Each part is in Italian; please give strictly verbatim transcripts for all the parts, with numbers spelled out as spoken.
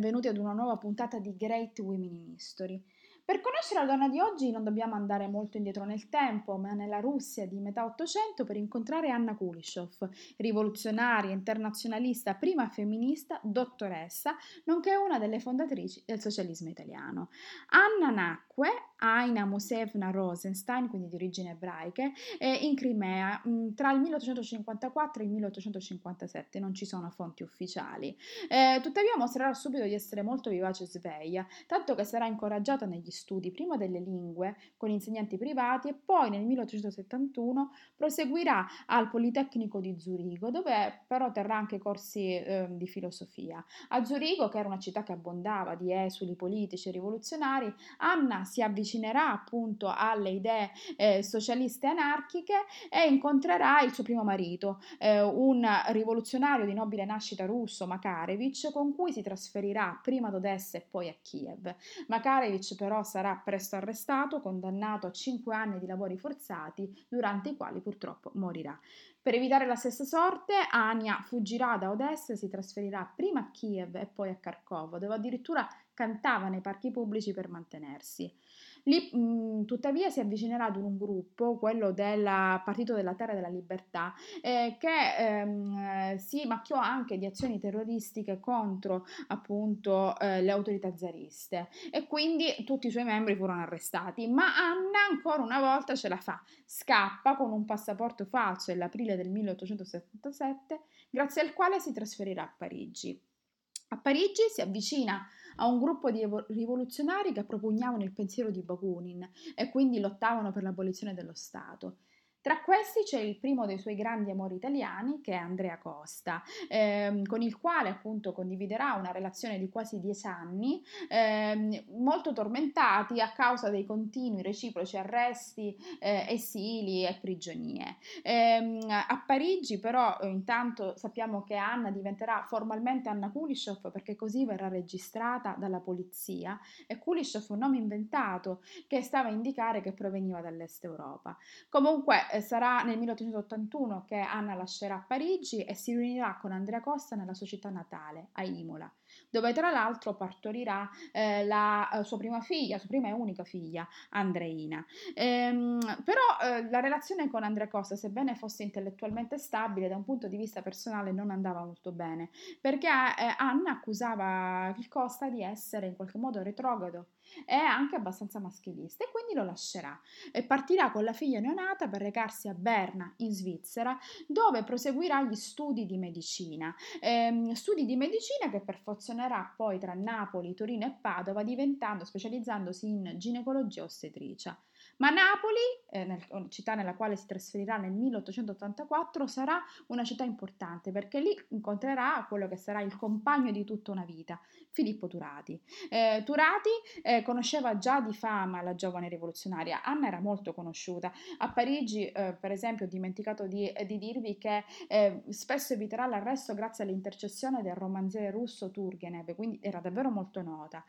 benvenuti ad una nuova puntata di Great Women in History. Per conoscere la donna di oggi non dobbiamo andare molto indietro nel tempo, ma nella Russia di metà Ottocento per incontrare Anna Kuleshov, rivoluzionaria, internazionalista, prima femminista, dottoressa, nonché una delle fondatrici del socialismo italiano. Anna nacque, Aina Mosevna Rosenstein, quindi di origini ebraiche, in Crimea tra il milleottocentocinquantaquattro e il milleottocentocinquantasette, non ci sono fonti ufficiali. Eh, tuttavia mostrerà subito di essere molto vivace e sveglia, tanto che sarà incoraggiata negli studi prima delle lingue con insegnanti privati e poi nel milleottocentosettantuno proseguirà al Politecnico di Zurigo, dove però terrà anche corsi eh, di filosofia. A Zurigo, che era una città che abbondava di esuli politici e rivoluzionari, Anna si avvicinerà appunto alle idee eh, socialiste anarchiche e incontrerà il suo primo marito, eh, un rivoluzionario di nobile nascita russo, Makarevich, con cui si trasferirà prima ad Odessa e poi a Kiev. Makarevich però sarà presto arrestato, condannato a cinque anni di lavori forzati, durante i quali purtroppo morirà. Per evitare la stessa sorte, Ania fuggirà da Odessa e si trasferirà prima a Kiev e poi a Kharkov, dove addirittura cantava nei parchi pubblici per mantenersi. Lì, mh, tuttavia, si avvicinerà ad un gruppo, quello del Partito della Terra e della Libertà, eh, che ehm, si macchiò anche di azioni terroristiche contro appunto eh, le autorità zariste e quindi tutti i suoi membri furono arrestati. Ma Anna ancora una volta ce la fa, scappa con un passaporto falso nell'aprile del milleottocentosettantasette, grazie al quale si trasferirà a Parigi. A Parigi si avvicina a un gruppo di rivoluzionari che propugnavano il pensiero di Bakunin e quindi lottavano per l'abolizione dello Stato. Tra questi c'è il primo dei suoi grandi amori italiani, che è Andrea Costa, ehm, con il quale appunto condividerà una relazione di quasi dieci anni, ehm, molto tormentati a causa dei continui reciproci arresti, eh, esili e prigionie. Ehm, a Parigi però intanto sappiamo che Anna diventerà formalmente Anna Kuleshov, perché così verrà registrata dalla polizia, e Kuleshov un nome inventato che stava a indicare che proveniva dall'est Europa. Comunque eh, sarà nel milleottocentottantuno che Anna lascerà Parigi e si riunirà con Andrea Costa nella sua città natale, a Imola, dove tra l'altro partorirà eh, la eh, sua prima figlia, sua prima e unica figlia, Andreina. Ehm, però eh, la relazione con Andrea Costa, sebbene fosse intellettualmente stabile, da un punto di vista personale non andava molto bene, perché eh, Anna accusava il Costa di essere in qualche modo retrogrado e anche abbastanza maschilista, e quindi lo lascerà e partirà con la figlia neonata per recarsi a Berna, in Svizzera, dove proseguirà gli studi di medicina. Ehm, studi di medicina che perfezionerà poi tra Napoli, Torino e Padova, diventando, specializzandosi in ginecologia e ostetricia. Ma Napoli, eh, nel, città nella quale si trasferirà nel milleottocentottantaquattro, sarà una città importante, perché lì incontrerà quello che sarà il compagno di tutta una vita, Filippo Turati. Eh, Turati eh, conosceva già di fama la giovane rivoluzionaria. Anna era molto conosciuta. A Parigi, eh, per esempio, ho dimenticato di, di dirvi che eh, spesso eviterà l'arresto grazie all'intercessione del romanziere russo Turgenev, quindi era davvero molto nota.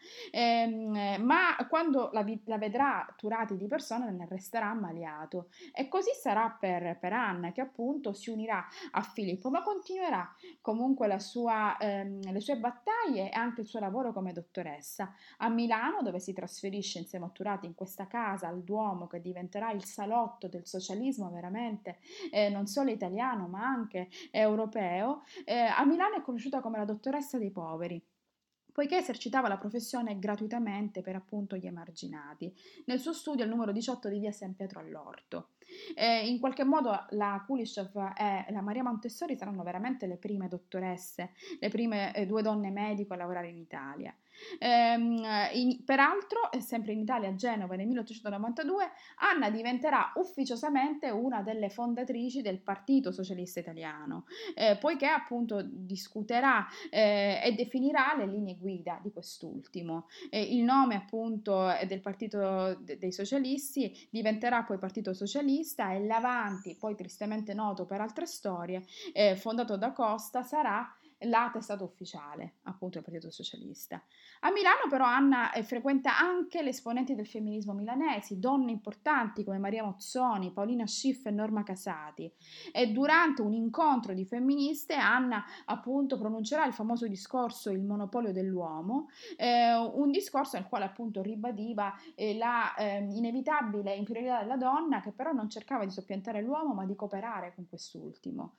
Ehm, ma quando la, vi- la vedrà Turati di persona ne resterà ammaliato, e così sarà per, per Anna, che appunto si unirà a Filippo, ma continuerà comunque la sua, ehm, le sue battaglie e anche il suo lavoro come dottoressa a Milano, dove si trasferisce insieme a Turati in questa casa al Duomo, che diventerà il salotto del socialismo veramente eh, non solo italiano ma anche europeo. Eh, a Milano è conosciuta come la dottoressa dei poveri, poiché esercitava la professione gratuitamente per appunto gli emarginati. Nel suo studio al numero diciotto di via San Pietro all'Orto. Eh, in qualche modo la Kuleshov e la Maria Montessori saranno veramente le prime dottoresse, le prime eh, due donne medico a lavorare in Italia. Ehm, in, peraltro, sempre in Italia, a Genova, nel milleottocentonovantadue, Anna diventerà ufficiosamente una delle fondatrici del Partito Socialista Italiano, eh, poiché appunto discuterà eh, e definirà le linee guida di quest'ultimo. Eh, il nome appunto del Partito de- dei Socialisti diventerà poi Partito Socialista, e l'Avanti, poi tristemente noto per altre storie, eh, fondato da Costa, sarà la testata ufficiale, appunto, del Partito Socialista. A Milano però Anna eh, frequenta anche le esponenti del femminismo milanesi, donne importanti come Maria Mozzoni, Paolina Schiff e Norma Casati, e durante un incontro di femministe Anna appunto pronuncerà il famoso discorso Il monopolio dell'uomo, eh, un discorso nel quale appunto ribadiva eh, la eh, inevitabile inferiorità della donna, che però non cercava di soppiantare l'uomo ma di cooperare con quest'ultimo.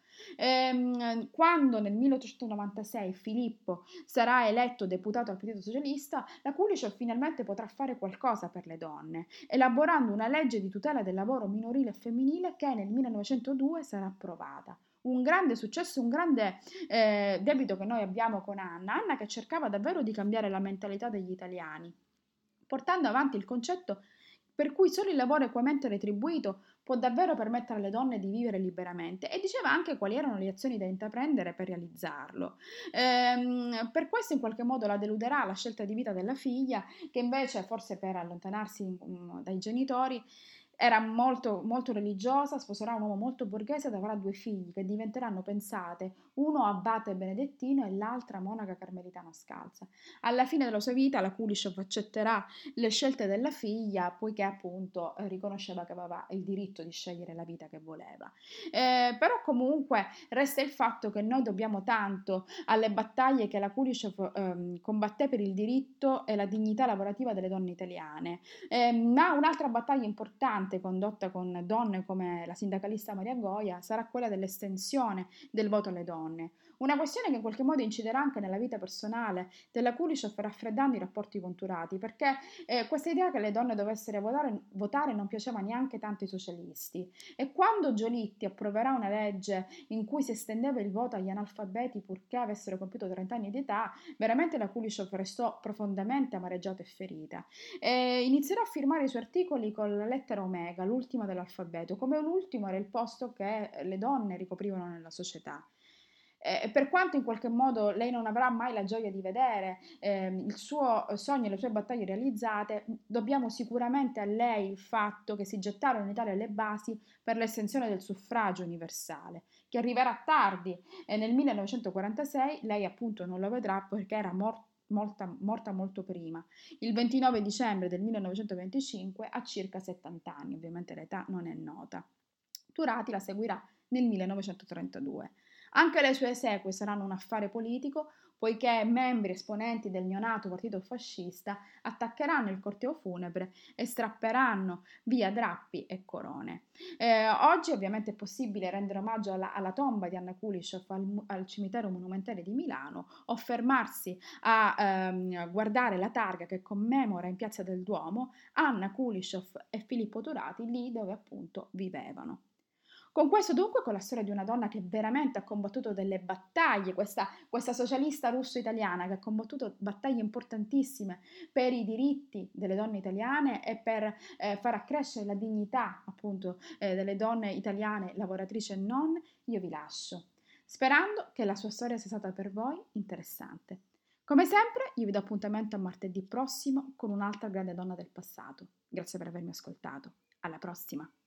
Ehm, quando nel milleottocentonovantasei Filippo sarà eletto deputato al Partito Socialista, la Kulishov finalmente potrà fare qualcosa per le donne, elaborando una legge di tutela del lavoro minorile e femminile che nel millenovecentodue sarà approvata. Un grande successo, un grande eh, debito che noi abbiamo con Anna, Anna che cercava davvero di cambiare la mentalità degli italiani, portando avanti il concetto per cui solo il lavoro equamente retribuito può davvero permettere alle donne di vivere liberamente, e diceva anche quali erano le azioni da intraprendere per realizzarlo. Ehm, per questo in qualche modo la deluderà la scelta di vita della figlia, che invece, forse per allontanarsi um, dai genitori, era molto, molto religiosa, sposerà un uomo molto borghese ed avrà due figli che diventeranno, pensate, uno abate benedettino e l'altra monaca carmelitana scalza. Alla fine della sua vita la Kulishov accetterà le scelte della figlia, poiché appunto eh, riconosceva che aveva il diritto di scegliere la vita che voleva. Eh, però comunque resta il fatto che noi dobbiamo tanto alle battaglie che la Kulishov ehm, combatté per il diritto e la dignità lavorativa delle donne italiane. Eh, ma un'altra battaglia importante condotta con donne come la sindacalista Maria Goia sarà quella dell'estensione del voto alle donne. Una questione che in qualche modo inciderà anche nella vita personale della Kulishov, raffreddando i rapporti conturati, perché eh, questa idea che le donne dovessero votare, votare non piaceva neanche tanto ai socialisti. E quando Giolitti approverà una legge in cui si estendeva il voto agli analfabeti purché avessero compiuto trenta anni di età, veramente la Kulishov restò profondamente amareggiata e ferita. E inizierà a firmare i suoi articoli con la lettera omega, l'ultima dell'alfabeto, come l'ultimo era il posto che le donne ricoprivano nella società. Eh, per quanto in qualche modo lei non avrà mai la gioia di vedere eh, il suo sogno e le sue battaglie realizzate, dobbiamo sicuramente a lei il fatto che si gettarono in Italia le basi per l'estensione del suffragio universale, che arriverà tardi, e nel millenovecentoquarantasei lei appunto non lo vedrà perché era morta Molta, morta molto prima, il ventinove dicembre del millenovecentoventicinque, a circa settanta anni, ovviamente l'età non è nota. Turati la seguirà nel millenovecentotrentadue. Anche le sue esequie saranno un affare politico, poiché membri esponenti del neonato partito fascista attaccheranno il corteo funebre e strapperanno via drappi e corone. Eh, oggi ovviamente è possibile rendere omaggio alla, alla tomba di Anna Kulishov al, al cimitero monumentale di Milano, o fermarsi a ehm, guardare la targa che commemora in Piazza del Duomo Anna Kulishov e Filippo Turati, lì dove appunto vivevano. Con questo dunque, con la storia di una donna che veramente ha combattuto delle battaglie, questa, questa socialista russo-italiana che ha combattuto battaglie importantissime per i diritti delle donne italiane e per eh, far accrescere la dignità appunto eh, delle donne italiane lavoratrici e non, io vi lascio, sperando che la sua storia sia stata per voi interessante. Come sempre, io vi do appuntamento a martedì prossimo con un'altra grande donna del passato. Grazie per avermi ascoltato. Alla prossima!